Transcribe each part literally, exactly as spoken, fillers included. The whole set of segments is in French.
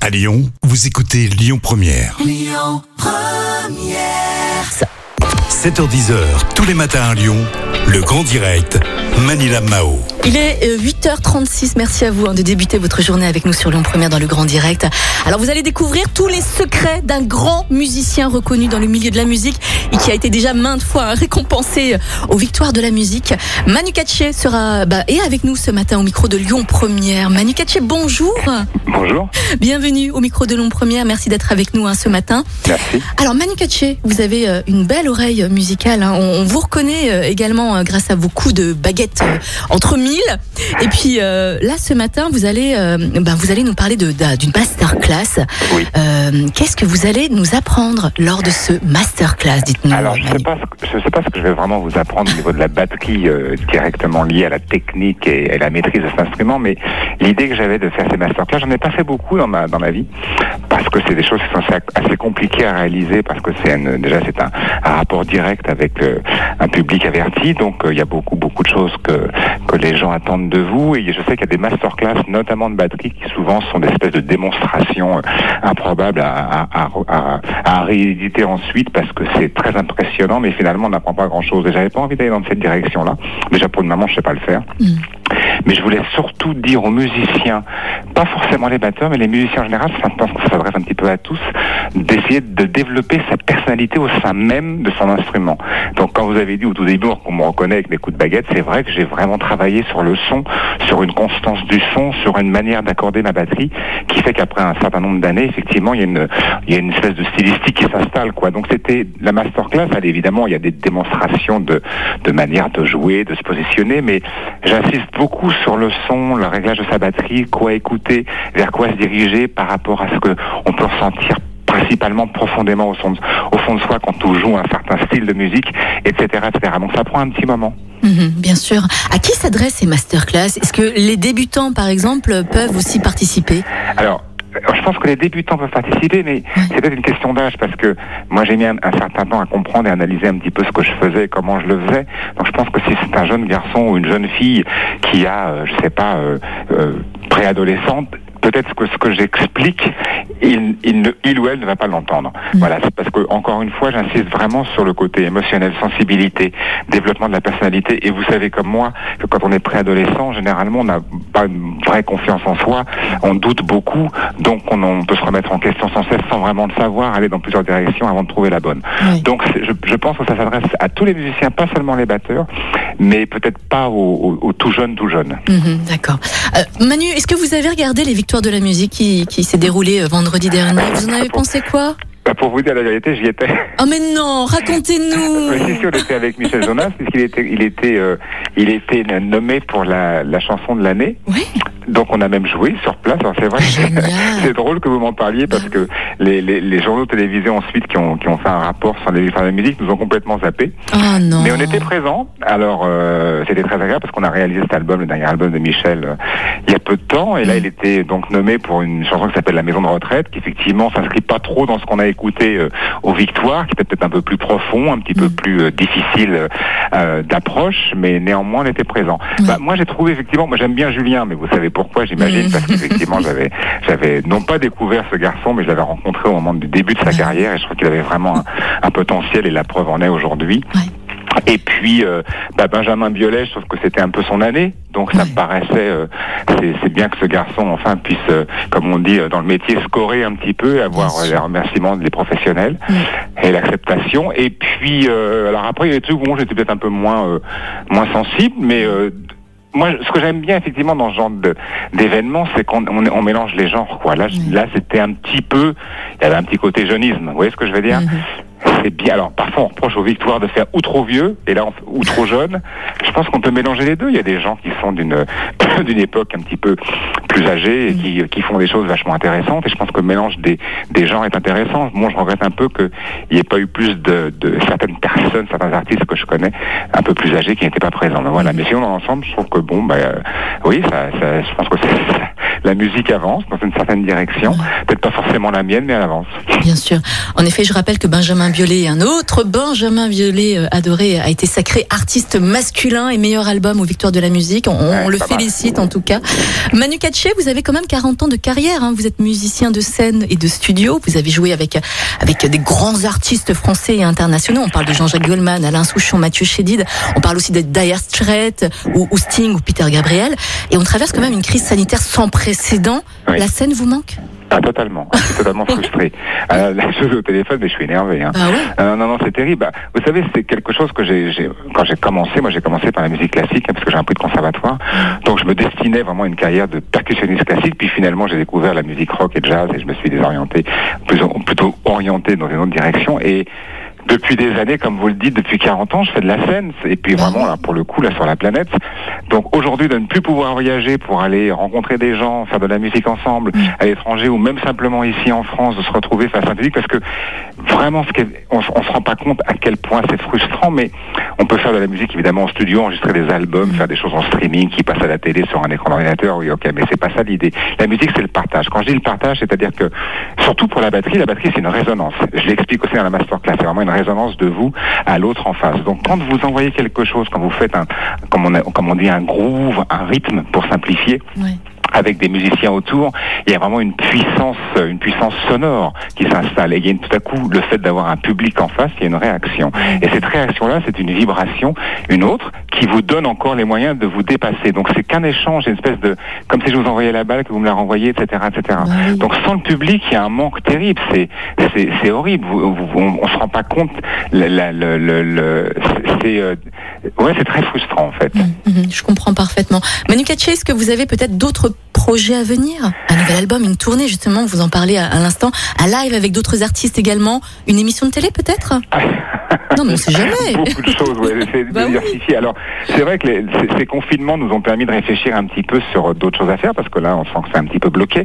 À Lyon, vous écoutez Lyon Première. Lyon Première. sept heures dix, tous les matins à Lyon, le grand direct, Manila Mao. Il est huit heures trente-six, merci à vous de débuter votre journée avec nous sur Lyon Première dans le grand direct. Alors vous allez découvrir tous les secrets d'un grand musicien reconnu dans le milieu de la musique et qui a été déjà maintes fois récompensé aux victoires de la musique. Manu Katché sera bah, est avec nous ce matin au micro de Lyon Première. Manu Katché, bonjour. Bonjour. Bienvenue au micro de Lyon Première, merci d'être avec nous hein, ce matin. Merci. Alors Manu Katché, vous avez une belle oreille musicale, hein. on, on vous reconnaît également grâce à vos coups de baguette entre mille. Et puis euh, là ce matin vous allez euh, bah, vous allez nous parler de, de, d'une masterclass. Oui. Euh, qu'est-ce que vous allez nous apprendre lors de ce masterclass, dites-nous. Alors je sais pas ce que, je sais pas ce que je vais vraiment vous apprendre au niveau de la batterie euh, directement liée à la technique et, et la maîtrise de cet instrument, mais l'idée que j'avais de faire ces masterclass, j'en ai pas fait beaucoup dans ma dans ma vie parce que c'est des choses qui sont assez, assez compliquées à réaliser parce que c'est une, déjà c'est un, un rapport direct avec euh, un public averti, donc il euh, y a beaucoup beaucoup de choses que que les gens attendent de vous, et je sais qu'il y a des masterclass notamment de batterie qui souvent sont des espèces de démonstrations euh, improbables à, à, à, à rééditer ensuite parce que c'est très impressionnant, mais finalement on n'apprend pas grand chose et j'avais pas envie d'aller dans cette direction là, déjà pour une maman je sais pas le faire. mm. Mais je voulais surtout dire aux musiciens, pas forcément les batteurs, mais les musiciens en général, je pense que ça s'adresse un petit peu à tous, d'essayer de développer sa personnalité au sein même de son instrument. Donc quand vous avez dit au tout début qu'on me reconnaît avec mes coups de baguette, c'est vrai que j'ai vraiment travaillé sur le son, sur une constance du son, sur une manière d'accorder ma batterie, qui fait qu'après un certain nombre d'années, effectivement, il y a une, il y a une espèce de stylistique qui s'installe, quoi. Donc c'était la masterclass, elle, évidemment, il y a des démonstrations de, de manière de jouer, de se positionner, mais j'insiste beaucoup sur le son, le réglage de sa batterie, quoi écouter, vers quoi se diriger par rapport à ce que on peut ressentir principalement profondément au fond de, au fond de soi quand on joue un certain style de musique, et cetera, et cetera. Donc ça prend un petit moment. Mmh, bien sûr. À qui s'adressent ces masterclass ? Est-ce que les débutants, par exemple, peuvent aussi participer ? Alors, je pense que les débutants peuvent participer, mais c'est peut-être une question d'âge, parce que moi j'ai mis un, un certain temps à comprendre et analyser un petit peu ce que je faisais et comment je le faisais. Donc je pense que si c'est un jeune garçon ou une jeune fille qui a, euh, je sais pas, euh, euh, préadolescente, peut-être que ce que j'explique, il, il, ne, il ou elle ne va pas l'entendre. Mmh. Voilà, c'est parce que, encore une fois, j'insiste vraiment sur le côté émotionnel, sensibilité, développement de la personnalité. Et vous savez comme moi, que quand on est préadolescent, généralement, on n'a pas une vraie confiance en soi, on doute beaucoup, donc on, on peut se remettre en question sans cesse, sans vraiment le savoir, aller dans plusieurs directions avant de trouver la bonne. Oui. Donc, je, je pense que ça s'adresse à tous les musiciens, pas seulement les batteurs, mais peut-être pas aux, aux, aux tout jeunes, tout jeunes. Mmh, d'accord. Euh, Manu, est-ce que vous avez regardé les victoires de la musique qui, qui s'est déroulée vendredi dernier? Vous en avez pensé quoi? Bah pour vous dire la vérité, j'y étais. Oh mais non, racontez-nous. Oui, si, si, on était avec Michel Jonas, puisqu'il était, il était, euh, il était nommé pour la, la chanson de l'année. Oui. Donc on a même joué sur place. Alors c'est vrai, c'est drôle que vous m'en parliez parce que les, les, les journaux de télévision ensuite qui ont, qui ont fait un rapport sur les victoires de la musique nous ont complètement zappé. Oh non. Mais on était présents. Alors euh, c'était très agréable parce qu'on a réalisé cet album, le dernier album de Michel, euh, il y a peu de temps. Et là, il était donc nommé pour une chanson qui s'appelle La Maison de Retraite, qui effectivement s'inscrit pas trop dans ce qu'on a écouté euh, aux victoires, qui était peut-être un peu plus profond, un petit mmh. peu plus euh, difficile euh, d'approche, mais néanmoins on était présents. Mmh. Bah, moi j'ai trouvé effectivement, moi j'aime bien Julien, mais vous savez pourquoi, j'imagine, mmh. parce qu'effectivement j'avais, j'avais non pas découvert ce garçon, mais je l'avais rencontré au moment du début de sa mmh. carrière, et je trouve qu'il avait vraiment un, un potentiel, et la preuve en est aujourd'hui. Ouais. Et puis euh, bah Benjamin Biolay, je trouve que c'était un peu son année, donc ça ouais. me paraissait, euh, c'est, c'est bien que ce garçon enfin puisse, euh, comme on dit euh, dans le métier, scorer un petit peu, avoir euh, les remerciements des professionnels ouais. et l'acceptation. Et puis, euh, alors après il y a des trucs où j'étais peut-être un peu moins, euh, moins sensible, mais euh, moi, ce que j'aime bien effectivement dans ce genre de, d'événements, c'est qu'on on, on mélange les genres, quoi. Là, mmh. là, c'était un petit peu, il y avait un petit côté jeunisme. Vous voyez ce que je veux dire ? Mmh. C'est bien. Alors, parfois, on reproche aux victoires de faire ou trop vieux, et là, on, ou trop jeune. Je pense qu'on peut mélanger les deux. Il y a des gens qui sont d'une d'une époque un petit peu plus âgée et qui, qui font des choses vachement intéressantes. Et je pense que le mélange des, des genres est intéressant. Moi, je regrette un peu qu'il n'y ait pas eu plus de, de certaines personnes, certains artistes que je connais, un peu plus âgés qui n'étaient pas présents. Mais voilà. Mais sinon, dans l'ensemble, je trouve que bon, bah, euh, oui, ça, ça, je pense que c'est, ça, la musique avance dans une certaine direction. Peut-être pas forcément la mienne, mais elle avance. Bien sûr. En effet, je rappelle que Benjamin Biolay, un autre Benjamin Biolay euh, adoré, a été sacré artiste masculin et meilleur album aux Victoires de la musique. On, ouais, on le félicite mal. En tout cas. Manu Katché, vous avez quand même quarante ans de carrière. Hein. Vous êtes musicien de scène et de studio. Vous avez joué avec avec des grands artistes français et internationaux. On parle de Jean-Jacques Goldman, Alain Souchon, Mathieu Chédid. On parle aussi de Dire Straits ou, ou Sting ou Peter Gabriel. Et on traverse quand même une crise sanitaire sans précédent. Oui. La scène vous manque ? Ah, totalement. Je suis totalement frustré. Euh, là, je suis au téléphone, mais je suis énervé. Hein. Ah ouais euh, non, non, c'est terrible. Bah, vous savez, c'est quelque chose que j'ai, j'ai, quand j'ai commencé, moi j'ai commencé par la musique classique, hein, parce que j'ai un prix de conservatoire. Donc je me destinais vraiment à une carrière de percussionniste classique. Puis finalement, j'ai découvert la musique rock et jazz et je me suis désorienté, plutôt, plutôt orienté dans une autre direction. Et depuis des années, comme vous le dites, depuis quarante ans, je fais de la scène, et puis vraiment, là, pour le coup, là, sur la planète. Donc, aujourd'hui, de ne plus pouvoir voyager pour aller rencontrer des gens, faire de la musique ensemble, à l'étranger, ou même simplement ici en France, de se retrouver face à un public, parce que vraiment, ce on, on se rend pas compte à quel point c'est frustrant, mais on peut faire de la musique, évidemment, en studio, enregistrer des albums, faire des choses en streaming, qui passent à la télé sur un écran d'ordinateur, oui, ok, mais c'est pas ça l'idée. La musique, c'est le partage. Quand je dis le partage, c'est-à-dire que, surtout pour la batterie, la batterie, c'est une résonance. Je l'explique aussi dans la masterclass, c'est vraiment une résonance de vous à l'autre en face. Donc quand vous envoyez quelque chose, quand vous faites un, comme on, a, comme on dit, un groove, un rythme pour simplifier, ouais. avec des musiciens autour, il y a vraiment une puissance, une puissance sonore qui s'installe. Et il y a une, tout à coup le fait d'avoir un public en face, il y a une réaction. Et cette réaction-là, c'est une vibration, une autre, qui vous donne encore les moyens de vous dépasser. Donc c'est qu'un échange, une espèce de, comme si je vous envoyais la balle, que vous me la renvoyez, et cetera, et cetera. Oui. Donc sans le public, il y a un manque terrible. C'est, c'est, c'est horrible. Vous, vous, on, on se rend pas compte. La, la, le, le, le, c'est, euh, ouais, c'est très frustrant en fait. Mmh, mmh, je comprends parfaitement. Manu Katché, est-ce que vous avez peut-être d'autres projets à venir? Un nouvel album, une tournée, justement, vous en parlez à, à l'instant, un live avec d'autres artistes également, une émission de télé peut-être? Non, mais on sait jamais. Beaucoup de choses, ouais, j'essaie de bah diversifier. Oui. Alors, c'est vrai que les, ces, ces confinements nous ont permis de réfléchir un petit peu sur d'autres choses à faire, parce que là, on sent que c'est un petit peu bloqué.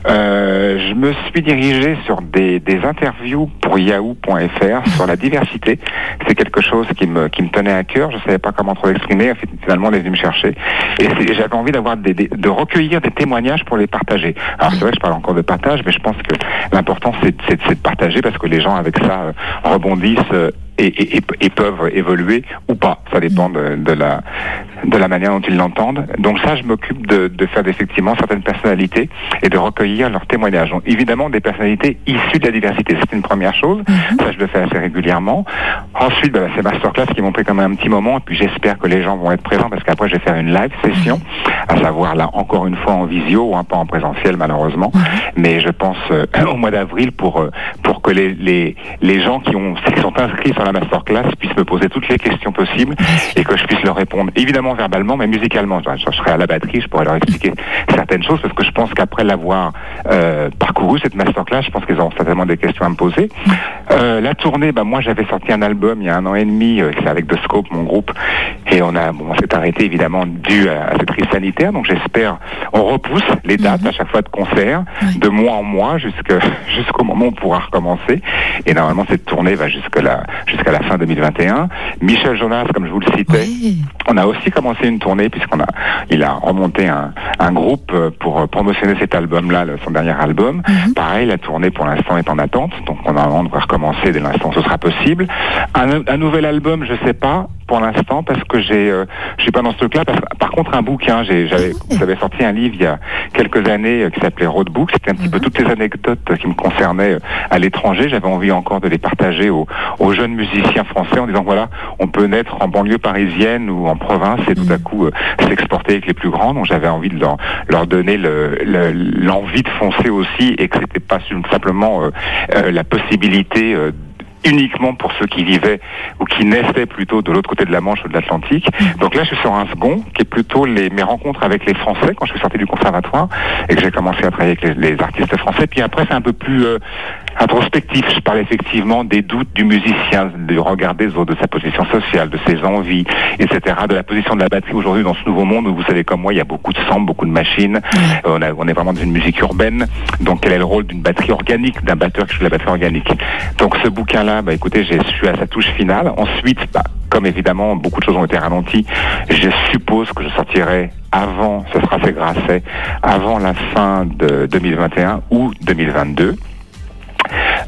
Euh, je me suis dirigé sur des, des interviews pour yahoo point f r sur la diversité. C'est quelque chose qui me, qui me tenait à cœur. Je savais pas comment trop l'exprimer. Finalement, on est venu me chercher. Et j'avais envie d'avoir des, des, de recueillir des témoignages pour les partager. Alors, c'est vrai que je parle encore de partage, mais je pense que l'important, c'est, c'est, c'est de partager, parce que les gens, avec ça, euh, rebondissent, euh, Et, et, et peuvent évoluer ou pas. Ça dépend de, de la de la manière dont ils l'entendent. Donc ça, je m'occupe de, de faire effectivement certaines personnalités et de recueillir leurs témoignages. Donc évidemment, des personnalités issues de la diversité. C'est une première chose. Mm-hmm. Ça, je le fais assez régulièrement. Ensuite, bah, c'est masterclass qui m'ont pris quand même un petit moment. Et puis j'espère que les gens vont être présents, parce qu'après, je vais faire une live session, à savoir là encore une fois en visio ou un peu en présentiel malheureusement. Mm-hmm. Mais je pense euh, au mois d'avril pour euh, pour que les les les gens qui ont qui sont inscrits sur la masterclass puissent me poser toutes les questions possibles et que je puisse leur répondre, évidemment verbalement, mais musicalement. Je, je serai à la batterie, je pourrais leur expliquer certaines choses, parce que je pense qu'après l'avoir euh, parcouru, cette masterclass, je pense qu'ils auront certainement des questions à me poser. Euh, la tournée, bah, moi j'avais sorti un album il y a un an et demi, euh, c'est avec The Scope, mon groupe, et on a, bon, on s'est arrêté évidemment dû à, à cette crise sanitaire, donc j'espère, on repousse les dates mm-hmm. à chaque fois de concert, oui. de mois en mois, jusque, jusqu'au moment où on pourra recommencer, et normalement cette tournée va jusque là, jusqu'à la fin deux mille vingt et un. Michel Jonas, comme je vous le citais, oui. on a aussi commencé une tournée, puisqu'on a, il a remonté un, un groupe pour promotionner cet album-là, son dernier album. Mm-hmm. Pareil, la tournée pour l'instant est en attente, donc on a on devrait recommencer dès l'instant où ce sera possible. Un, un nouvel album, je sais pas pour l'instant, parce que j'ai, euh, je suis pas dans ce truc-là. Parce, par contre, un bouquin, j'ai, j'avais, j'avais sorti un livre il y a quelques années euh, qui s'appelait Roadbook. C'était un petit mm-hmm. peu toutes les anecdotes euh, qui me concernaient euh, à l'étranger. J'avais envie encore de les partager aux, aux jeunes musiciens français, en disant voilà, on peut naître en banlieue parisienne ou en province et tout mm-hmm. à coup euh, s'exporter avec les plus grands. Donc j'avais envie de leur, leur donner le, le, l'envie de foncer aussi, et que c'était pas simplement euh, euh, la possibilité euh, uniquement pour ceux qui vivaient ou qui naissaient plutôt de l'autre côté de la Manche ou de l'Atlantique. Donc là, je suis sur un second qui est plutôt les, mes rencontres avec les Français quand je suis sorti du conservatoire et que j'ai commencé à travailler avec les, les artistes français. Puis après, c'est un peu plus euh, introspectif. Je parle effectivement des doutes du musicien, du regard des autres, de sa position sociale, de ses envies, et cetera, de la position de la batterie aujourd'hui dans ce nouveau monde où, vous savez comme moi, il y a beaucoup de samples, beaucoup de machines. Euh, on, a, on est vraiment dans une musique urbaine. Donc quel est le rôle d'une batterie organique, d'un batteur qui joue de la batterie organique? Donc ce bouquin-là, bah écoutez, je suis à sa touche finale. Ensuite, bah, comme évidemment beaucoup de choses ont été ralenties, je suppose que je sortirai avant, ce sera fait grasset, avant la fin de deux mille vingt et un ou deux mille vingt-deux.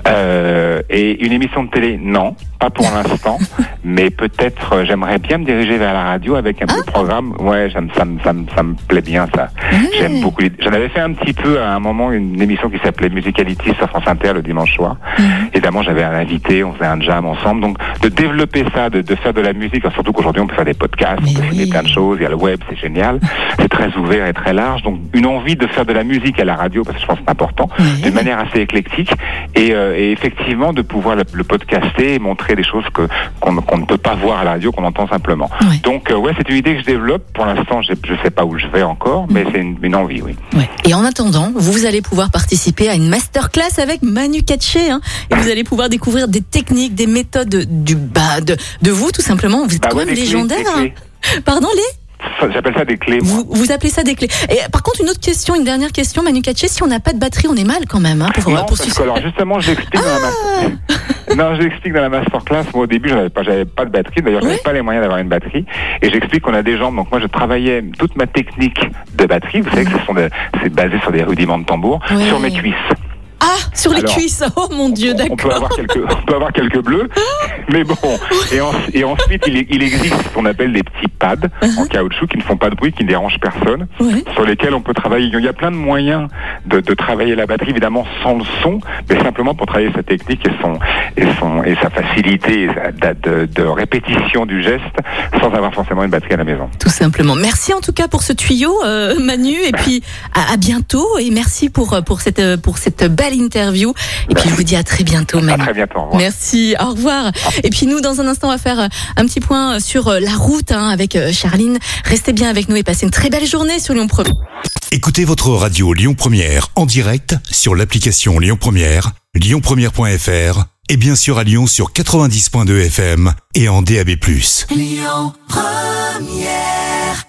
Euh, et une émission de télé, non, pas pour l'instant, mais peut-être euh, j'aimerais bien me diriger vers la radio avec un ah. peu de programme. Ouais, ça me, ça me, ça me, ça me plaît bien ça. Mmh. J'aime beaucoup. Les... J'en avais fait un petit peu à un moment une émission qui s'appelait Musicality sur France Inter le dimanche soir. Mmh. Évidemment, j'avais un invité, on faisait un jam ensemble. Donc, de développer ça, de, de faire de la musique, surtout qu'aujourd'hui on peut faire des podcasts, mais on peut oui. filmer plein de choses. Il y a le web, c'est génial. C'est très ouvert et très large. Donc, une envie de faire de la musique à la radio, parce que je pense que c'est important, mmh. d'une manière assez éclectique. Et, euh, et effectivement, de pouvoir le, le podcaster et montrer des choses que qu'on, qu'on ne peut pas voir à la radio, qu'on entend simplement. Ouais. Donc, euh, ouais, c'est une idée que je développe. Pour l'instant, je ne sais pas où je vais encore, mais c'est une, une envie, oui. Ouais. Et en attendant, vous allez pouvoir participer à une masterclass avec Manu Katché, hein, et vous allez pouvoir découvrir des techniques, des méthodes du bah, de, de vous, tout simplement. Vous êtes bah quand ouais, même légendaire. Clés, hein. Pardon, les J'appelle ça des clés. Moi. Vous, vous appelez ça des clés. Et par contre, une autre question, une dernière question, Manu Katché, si on n'a pas de batterie, on est mal quand même. Hein, pour, non, pour parce que, alors justement, je l'explique ah dans la masterclass. Non, je l'explique dans la masterclass. Moi, au début, j'avais pas, j'avais pas de batterie. D'ailleurs, j'avais oui. pas les moyens d'avoir une batterie. Et j'explique qu'on a des jambes. Donc moi, je travaillais toute ma technique de batterie. Vous savez que ce sont des, c'est basé sur des rudiments de tambour, oui. sur mes cuisses. Ah, sur les Alors, cuisses. Oh mon Dieu, on, d'accord. On peut avoir quelques, on peut avoir quelques bleus, mais bon. Et, en, et ensuite, il, il existe ce qu'on appelle des petits pads uh-huh. en caoutchouc qui ne font pas de bruit, qui ne dérangent personne, ouais. sur lesquels on peut travailler. Il y a plein de moyens de, de travailler la batterie, évidemment sans le son, mais simplement pour travailler sa technique et son et son et sa facilité de, de, de répétition du geste, sans avoir forcément une batterie à la maison. Tout simplement. Merci en tout cas pour ce tuyau, euh, Manu, et puis à, à bientôt. Et merci pour pour cette pour cette belle interview. Et puis je vous dis à très bientôt, Manu. À très bientôt. Au revoir. Merci. Au revoir. Et puis nous, dans un instant, on va faire un petit point sur la route hein, avec Charline. Restez bien avec nous et passez une très belle journée sur Lyon Première. Écoutez votre radio Lyon Première en direct sur l'application Lyon Première, lyon première point f r et bien sûr à Lyon sur quatre-vingt-dix point deux F M et en D A B plus. Lyon Première.